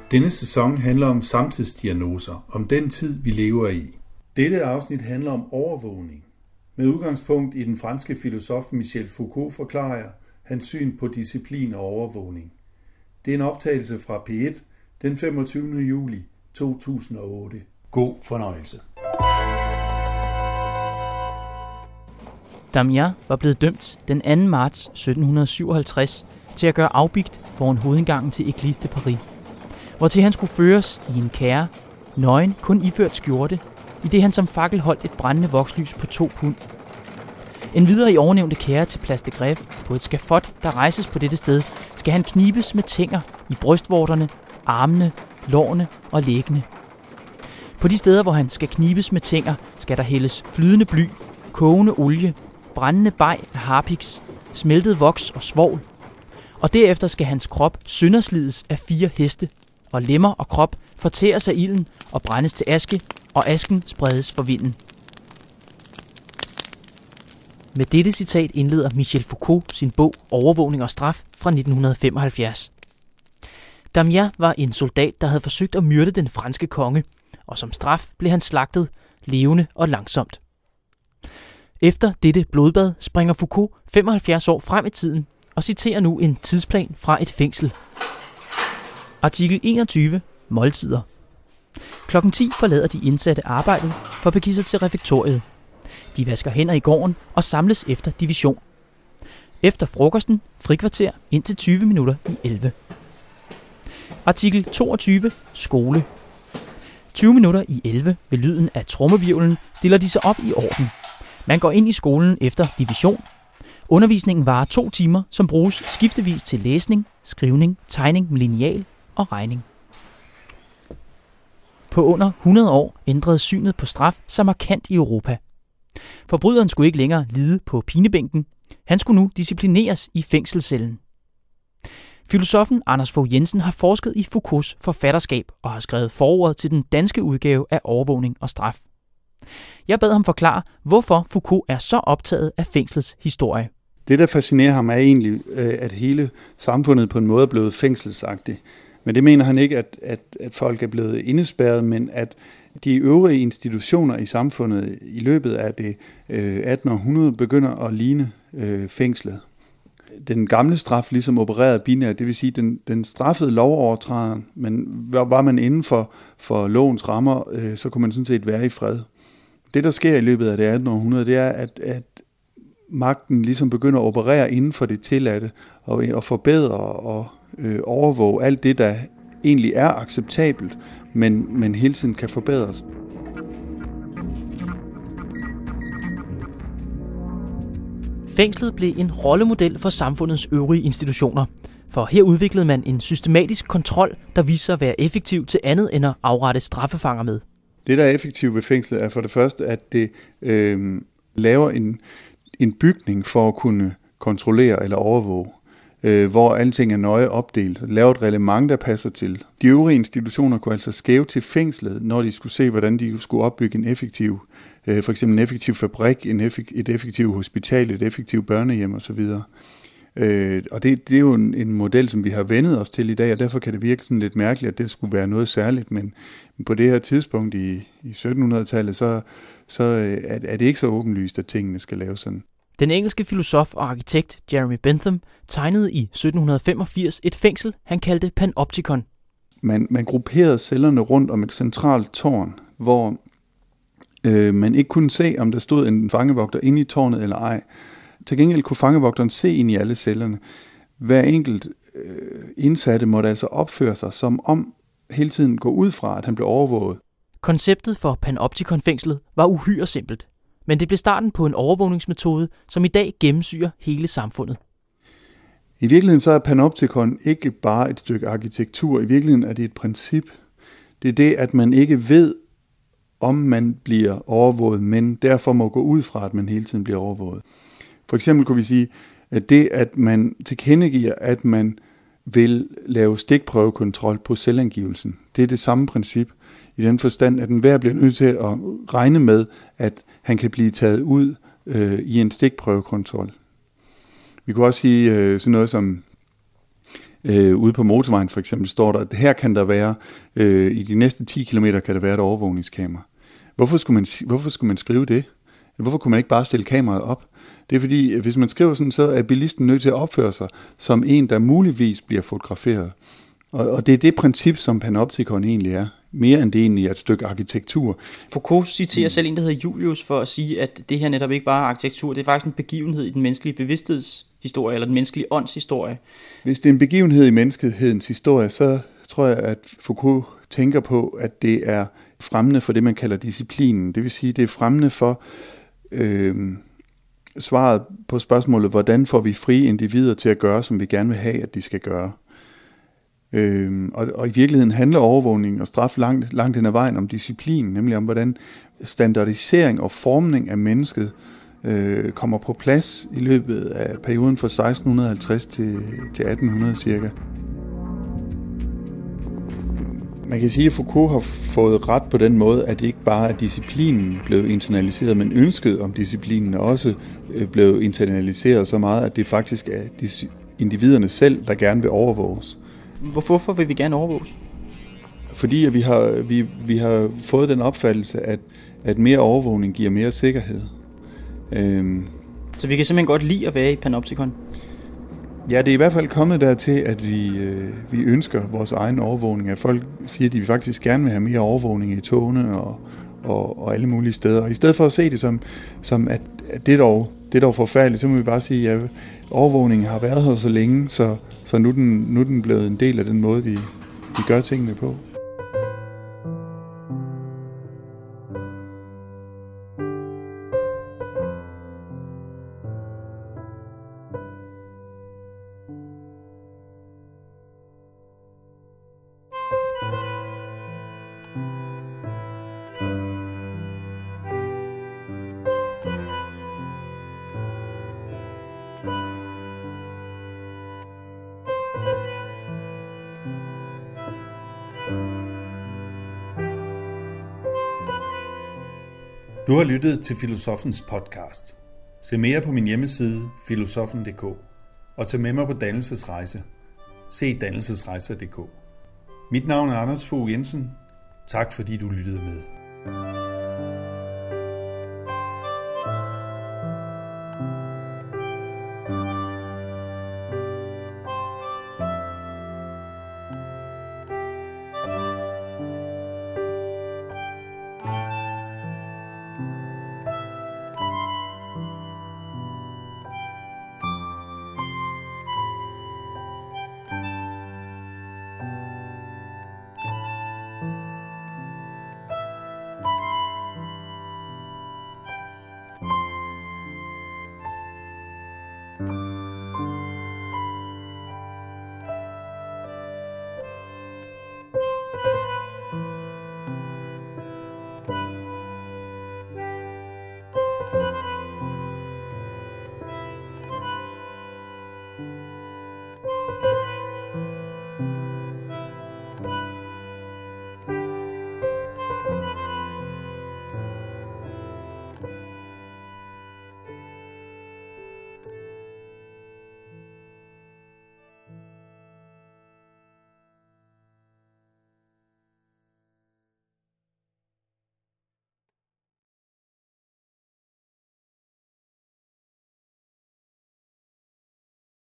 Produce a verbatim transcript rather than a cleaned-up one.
Denne sæson handler om samtidsdiagnoser, om den tid, vi lever i. Dette afsnit handler om overvågning. Med udgangspunkt i den franske filosof Michel Foucault forklarer jeg hans syn på disciplin og overvågning. Det er en optagelse fra P et den femogtyvende juli to tusind og otte. God fornøjelse. Damien var blevet dømt den anden marts sytten syvoghalvtreds til at gøre afbigt foran hovedindgangen til Église de Paris, hvortil han skulle føres i en kærre, nøgen, kun iført skjorte, i det han som fakkel holdt et brændende vokslys på to pund. En videre i ovennævnte kære til Place de Grève, på et skafot, der rejses på dette sted, skal han knibes med tænger i brystvorterne, armene, lårene og læggene. På de steder, hvor han skal knibes med tænger, skal der hældes flydende bly, kogende olie, brændende beg af harpiks, smeltet voks og svovl. Og derefter skal hans krop sønderslides af fire heste, og lemmer og krop fortæres af ilden og brændes til aske, og asken spredes for vinden. Med dette citat indleder Michel Foucault sin bog Overvågning og straf fra nitten femoghalvfjerds. Damien var en soldat, der havde forsøgt at myrde den franske konge, og som straf blev han slagtet levende og langsomt. Efter dette blodbad springer Foucault femoghalvfjerds år frem i tiden og citerer nu en tidsplan fra et fængsel. Artikel enogtyve. Måltider. Klokken ti forlader de indsatte arbejdet for at begive sig til refektoriet. De vasker hænder i gården og samles efter division. Efter frokosten frikvarter indtil tyve minutter i elleve. Artikel toogtyve. Skole. tyve minutter i elleve ved lyden af trommevirvlen stiller de sig op i orden. Man går ind i skolen efter division. Undervisningen varer to timer, som bruges skiftevis til læsning, skrivning, tegning med lineal og regning. På under hundrede år ændrede synet på straf sig markant i Europa. Forbryderen skulle ikke længere lide på pinebænken. Han skulle nu disciplineres i fængselscellen. Filosoffen Anders Fogh Jensen har forsket i Foucaults forfatterskab og har skrevet forordet til den danske udgave af Overvågning og straf. Jeg bad ham forklare, hvorfor Foucault er så optaget af fængslets historie. Det, der fascinerer ham, er egentlig, at hele samfundet på en måde er blevet fængselsagtigt. Men det mener han ikke, at, at, at folk er blevet indespærret, men at de øvrige institutioner i samfundet i løbet af det øh, attende århundrede begynder at ligne øh, fængslet. Den gamle straf ligesom opererede binært, det vil sige, den, den straffede lovovertræderen, men var man inden for, for lovens rammer, øh, så kunne man sådan set være i fred. Det, der sker i løbet af det attende århundrede, det er, at, at magten ligesom begynder at operere inden for det tilladte, og, og forbedre og øh, overvåge alt det, der egentlig er acceptabelt, men, men hele tiden kan forbedres. Fængslet blev en rollemodel for samfundets øvrige institutioner, for her udviklede man en systematisk kontrol, der viste sig at være effektiv til andet end at afrette straffefanger med. Det, der er effektivt ved fængslet, er for det første, at det øh, laver en, en bygning for at kunne kontrollere eller overvåge, øh, hvor alting er nøje opdelt. Laver et reglement, der passer til. De øvrige institutioner kunne altså skæve til fængslet, når de skulle se, hvordan de skulle opbygge en effektiv, øh, for eksempel en effektiv fabrik, en effekt, et effektivt hospital, et effektivt børnehjem osv. Øh, og det, det er jo en, en model, som vi har vendet os til i dag, og derfor kan det virke sådan lidt mærkeligt, at det skulle være noget særligt, men på det her tidspunkt i, i syttenhundredetallet, så, så er, er det ikke så åbenlyst, at tingene skal laves sådan. Den engelske filosof og arkitekt Jeremy Bentham tegnede i sytten femogfirs et fængsel, han kaldte Panoptikon. Man, man grupperede cellerne rundt om et centralt tårn, hvor øh, man ikke kunne se, om der stod en fangevogter inde i tårnet eller ej. Til gengæld kunne fangevogteren se ind i alle cellerne. Hver enkelt øh, indsatte måtte altså opføre sig, som om hele tiden gå ud fra, at han blev overvåget. Konceptet for Panoptikon-fængslet var uhyre simpelt, men det blev starten på en overvågningsmetode, som i dag gennemsyrer hele samfundet. I virkeligheden så er Panoptikon ikke bare et stykke arkitektur. I virkeligheden er det et princip. Det er det, at man ikke ved, om man bliver overvåget, men derfor må gå ud fra, at man hele tiden bliver overvåget. For eksempel kunne vi sige, at det, at man tilkendegiver, at man vil lave stikprøvekontrol på selvangivelsen, det er det samme princip i den forstand, at enhver bliver nødt til at regne med, at han kan blive taget ud øh, i en stikprøvekontrol. Vi kunne også sige øh, sådan noget som, Øh, ude på motorvejen for eksempel står der, at her kan der være, øh, i de næste ti kilometer kan der være et overvågningskamera. Hvorfor skulle man, hvorfor skulle man skrive det? Hvorfor kunne man ikke bare stille kameraet op? Det er fordi, hvis man skriver sådan, så er bilisten nødt til at opføre sig som en, der muligvis bliver fotograferet. Og, og det er det princip, som panoptikon egentlig er. Mere end det egentlig er et stykke arkitektur. Foucault citerer mm. selv en, der hedder Julius, for at sige, at det her netop ikke bare er arkitektur, det er faktisk en begivenhed i den menneskelige bevidsthedshistorie, eller den menneskelige åndshistorie. Hvis det er en begivenhed i menneskehedens historie, så tror jeg, at Foucault tænker på, at det er fremmende for det, man kalder disciplinen. Det vil sige, det er fremmende for øh, svaret på spørgsmålet, hvordan får vi frie individer til at gøre, som vi gerne vil have, at de skal gøre. Øh, og, og i virkeligheden handler overvågning og straf langt, langt hen ad vejen om disciplin, nemlig om, hvordan standardisering og formning af mennesket øh, kommer på plads i løbet af perioden fra seksten halvtreds til, til atten hundrede cirka. Man kan sige, at Foucault har fået ret på den måde, at det ikke bare er disciplinen blevet internaliseret, men ønsket om disciplinen er også blevet internaliseret så meget, at det faktisk er individerne selv, der gerne vil overvåges. Hvorfor vil vi gerne overvåges? Fordi at vi, har, vi, vi har fået den opfattelse, at, at mere overvågning giver mere sikkerhed. Øhm. Så vi kan simpelthen godt lide at være i panoptikon? Ja, det er i hvert fald kommet dertil, at vi, øh, vi ønsker vores egen overvågning. At folk siger, at de faktisk gerne vil have mere overvågning i togene og, og, og alle mulige steder. Og i stedet for at se det som, som at, at det, er dog, det er dog forfærdeligt, så må vi bare sige, at overvågningen har været her så længe, så, så nu, er den, nu er den blevet en del af den måde, vi, vi gør tingene på. Du har lyttet til Filosofens podcast. Se mere på min hjemmeside filosofen punktum d k og tag med mig på dannelsesrejse. Se dannelsesrejser punktum d k. Mit navn er Anders Fogh Jensen. Tak fordi du lyttede med.